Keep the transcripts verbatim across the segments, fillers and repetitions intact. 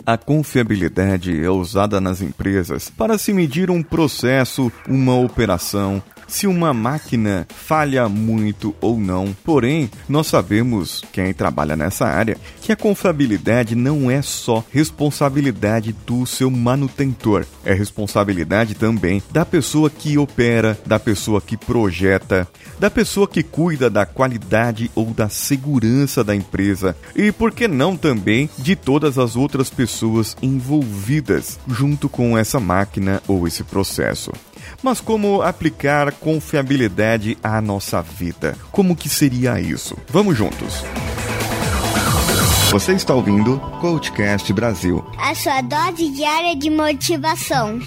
A confiabilidade é usada nas empresas para se medir um processo, uma operação, se uma máquina falha muito ou não. Porém, nós sabemos, quem trabalha nessa área, que a confiabilidade não é só responsabilidade do seu manutentor, é responsabilidade também da pessoa que opera, da pessoa que projeta, da pessoa que cuida da qualidade ou da segurança da empresa e, por que não, também de todas as outras pessoas envolvidas junto com essa máquina ou esse processo. Mas como aplicar confiabilidade à nossa vida? Como que seria isso? Vamos juntos! Você está ouvindo Coachcast Brasil, a sua dose diária de motivação.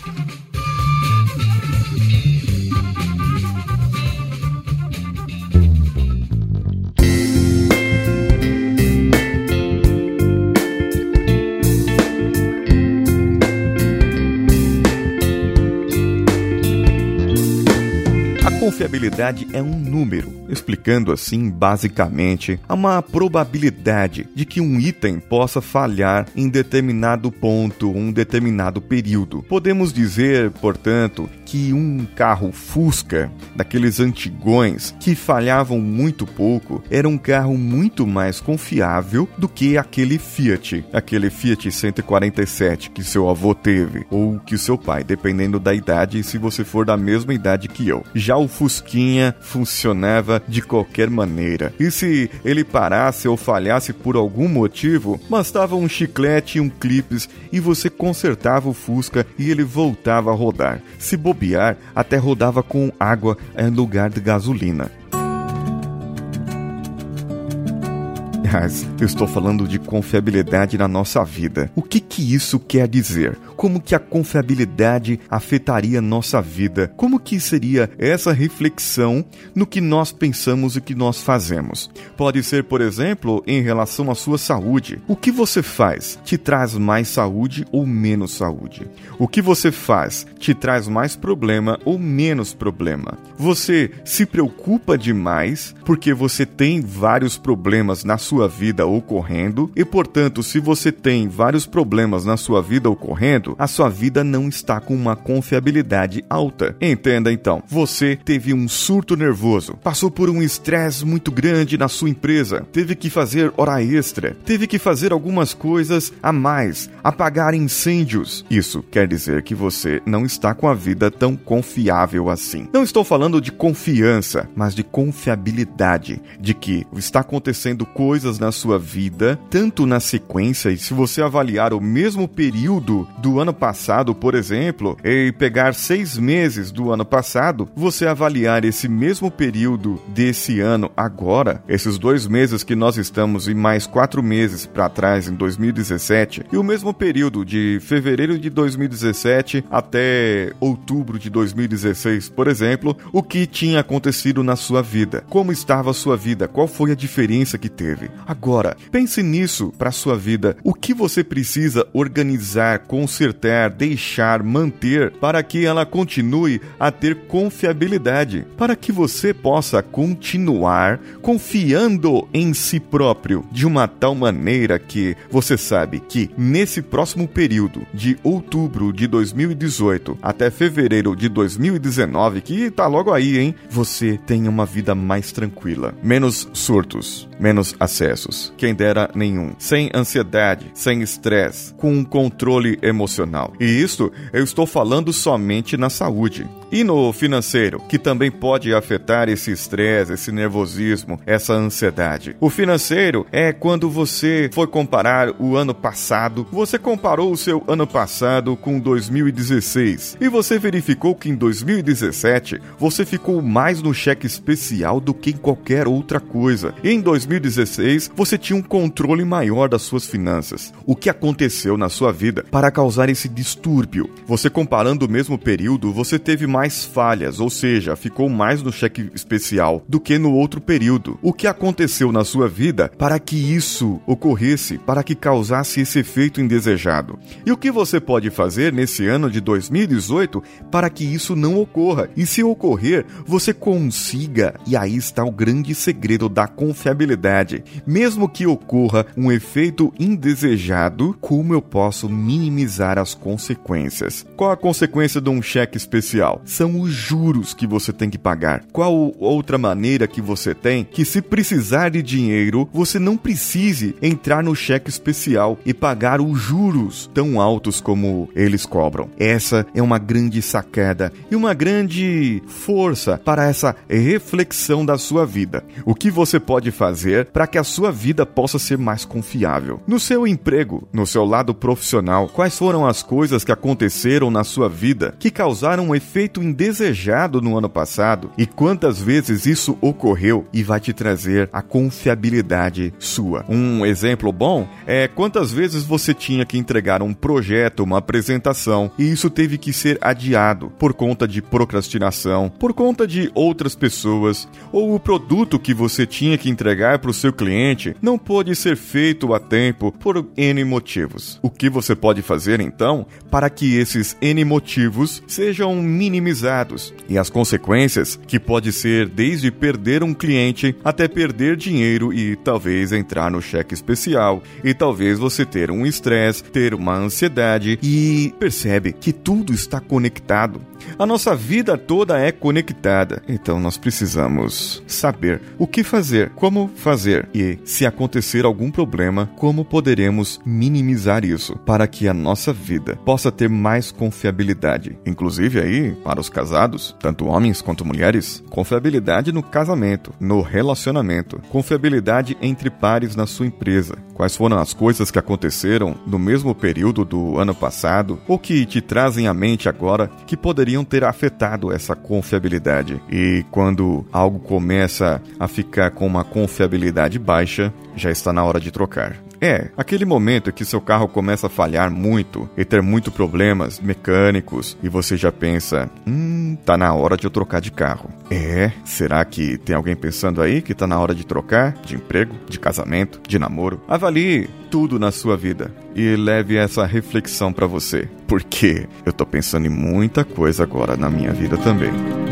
Confiabilidade é um número, explicando assim, basicamente, uma probabilidade de que um item possa falhar em determinado ponto, um determinado período. Podemos dizer, portanto, que um carro Fusca, daqueles antigões que falhavam muito pouco, era um carro muito mais confiável do que aquele Fiat, aquele Fiat cento e quarenta e sete que seu avô teve, ou que seu pai, dependendo da idade, se você for da mesma idade que eu. Já o Fusquinha funcionava de qualquer maneira. E se ele parasse ou falhasse por algum motivo, bastava um chiclete e um clipes e você consertava o Fusca e ele voltava a rodar. Se bobear, até rodava com água em lugar de gasolina. Mas eu estou falando de confiabilidade na nossa vida. O que que isso quer dizer? Como que a confiabilidade afetaria nossa vida? Como que seria essa reflexão no que nós pensamos e que nós fazemos? Pode ser, por exemplo, em relação à sua saúde. O que você faz te traz mais saúde ou menos saúde? O que você faz te traz mais problema ou menos problema? Você se preocupa demais porque você tem vários problemas na sua vida ocorrendo e, portanto, se você tem vários problemas na sua vida ocorrendo, a sua vida não está com uma confiabilidade alta. Entenda então, você teve um surto nervoso, passou por um estresse muito grande na sua empresa, teve que fazer hora extra, teve que fazer algumas coisas a mais, apagar incêndios. Isso quer dizer que você não está com a vida tão confiável assim. Não estou falando de confiança, mas de confiabilidade, de que está acontecendo coisas na sua vida, tanto na sequência, e se você avaliar o mesmo período do ano passado, por exemplo, e pegar seis meses do ano passado, você avaliar esse mesmo período desse ano agora, esses dois meses que nós estamos e mais quatro meses para trás, em dois mil e dezessete, e o mesmo período de fevereiro de dois mil e dezessete até outubro de dois mil e dezesseis, por exemplo, o que tinha acontecido na sua vida, como estava a sua vida, qual foi a diferença que teve. Agora, pense nisso para a sua vida. O que você precisa organizar, consertar, deixar, manter para que ela continue a ter confiabilidade, para que você possa continuar confiando em si próprio de uma tal maneira que você sabe que nesse próximo período de outubro de dois mil e dezoito até fevereiro de dois mil e dezenove, que tá logo aí, hein? Você tenha uma vida mais tranquila, menos surtos, menos acessos, quem dera nenhum, sem ansiedade, sem estresse, com um controle emocional. E isso eu estou falando somente na saúde. E no financeiro, que também pode afetar esse estresse, esse nervosismo, essa ansiedade. O financeiro é quando você foi comparar o ano passado, você comparou o seu ano passado com dois mil e dezesseis e você verificou que em dois mil e dezessete você ficou mais no cheque especial do que em qualquer outra coisa. E em dois mil e dezesseis você tinha um controle maior das suas finanças. O que aconteceu na sua vida para causar esse distúrbio? Você comparando o mesmo período, você teve mais falhas, ou seja, ficou mais no cheque especial do que no outro período. O que aconteceu na sua vida para que isso ocorresse, para que causasse esse efeito indesejado? E o que você pode fazer nesse ano de dois mil e dezoito para que isso não ocorra? E se ocorrer, você consiga, e aí está o grande segredo da confiabilidade, Mesmo que ocorra um efeito indesejado, como eu posso minimizar as consequências? Qual a consequência de um cheque especial? São os juros que você tem que pagar. Qual outra maneira que você tem que, se precisar de dinheiro, você não precise entrar no cheque especial e pagar os juros tão altos como eles cobram? Essa é uma grande sacada e uma grande força para essa reflexão da sua vida. O que você pode fazer para que a sua vida possa ser mais confiável? No seu emprego, no seu lado profissional, quais foram as coisas que aconteceram na sua vida que causaram um efeito indesejado no ano passado e quantas vezes isso ocorreu e vai te trazer a confiabilidade sua? Um exemplo bom é quantas vezes você tinha que entregar um projeto, uma apresentação, e isso teve que ser adiado por conta de procrastinação, por conta de outras pessoas, ou o produto que você tinha que entregar para o seu cliente não pôde ser feito a tempo por N motivos. O que você pode fazer então para que esses N motivos sejam minimizados e as consequências, que pode ser desde perder um cliente até perder dinheiro e talvez entrar no cheque especial, e talvez você ter um estresse, ter uma ansiedade, e percebe que tudo está conectado. A nossa vida toda é conectada, então nós precisamos saber o que fazer, como fazer e, se acontecer algum problema, como poderemos minimizar isso para que a nossa vida possa ter mais confiabilidade. Inclusive aí, para os casados, tanto homens quanto mulheres, confiabilidade no casamento, no relacionamento, confiabilidade entre pares na sua empresa. Quais foram as coisas que aconteceram no mesmo período do ano passado ou que te trazem à mente agora que poderiam ter afetado essa confiabilidade? E quando algo começa a ficar com uma confiabilidade baixa, já está na hora de trocar. É, aquele momento que seu carro começa a falhar muito e ter muitos problemas mecânicos e você já pensa, hum, tá na hora de eu trocar de carro. É, será que tem alguém pensando aí que tá na hora de trocar de emprego, de casamento, de namoro? Avalie tudo na sua vida e leve essa reflexão pra você, porque eu tô pensando em muita coisa agora na minha vida também.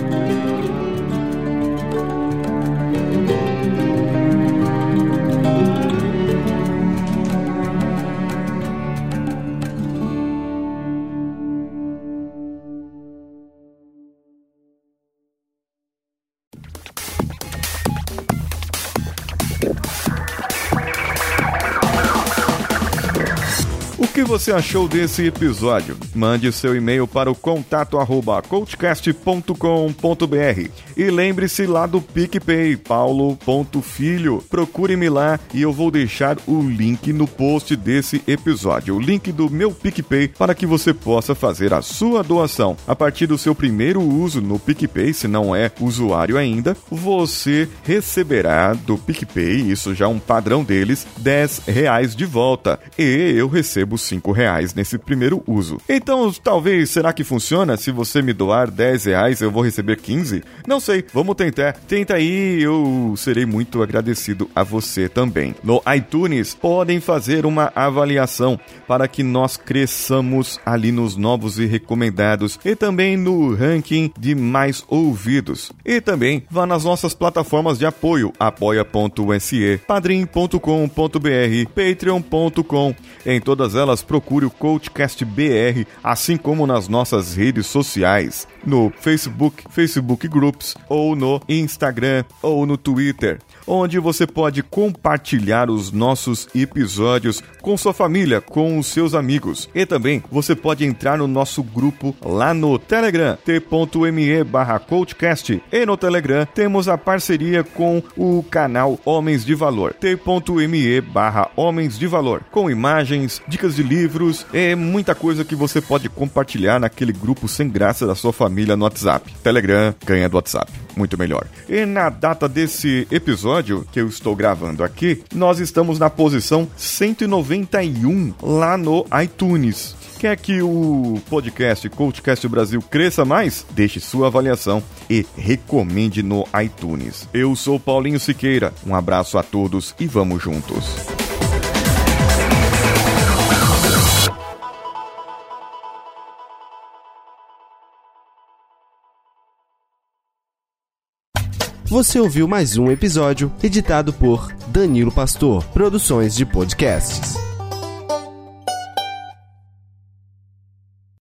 O que você achou desse episódio? Mande seu e-mail para o contato arroba coachcast ponto com ponto b r e lembre-se lá do PicPay, paulo ponto filho. Procure-me lá e eu vou deixar o link no post desse episódio, o link do meu PicPay, para que você possa fazer a sua doação. A partir do seu primeiro uso no PicPay, se não é usuário ainda, você receberá do PicPay, isso já é um padrão deles, dez reais de volta, e eu recebo cinco reais nesse primeiro uso. Então, talvez, será que funciona? Se você me doar dez reais, eu vou receber quinze? Não sei, vamos tentar. Tenta aí, eu serei muito agradecido a você também. No iTunes, podem fazer uma avaliação para que nós cresçamos ali nos novos e recomendados e também no ranking de mais ouvidos. E também vá nas nossas plataformas de apoio, apoia ponto se, padrim ponto com ponto b r, patreon ponto com. Em todas elas, procure o CoachCast B R, assim como nas nossas redes sociais, no Facebook, Facebook Groups, ou no Instagram, ou no Twitter, onde você pode compartilhar os nossos episódios com sua família, com os seus amigos. E também você pode entrar no nosso grupo lá no Telegram, t.me barra CoachCast. E no Telegram temos a parceria com o canal Homens de Valor, t.me barra Homens de Valor, com imagens, dicas de livros e muita coisa que você pode compartilhar naquele grupo sem graça da sua família no WhatsApp. Telegram ganha do WhatsApp, muito melhor. E na data desse episódio que eu estou gravando aqui, nós estamos na posição cento e noventa e um lá no iTunes. Quer que o podcast CoachCast Brasil cresça mais? Deixe sua avaliação e recomende no iTunes. Eu sou Paulinho Siqueira, um abraço a todos e vamos juntos. Você ouviu mais um episódio editado por Danilo Pastor, Produções de Podcasts.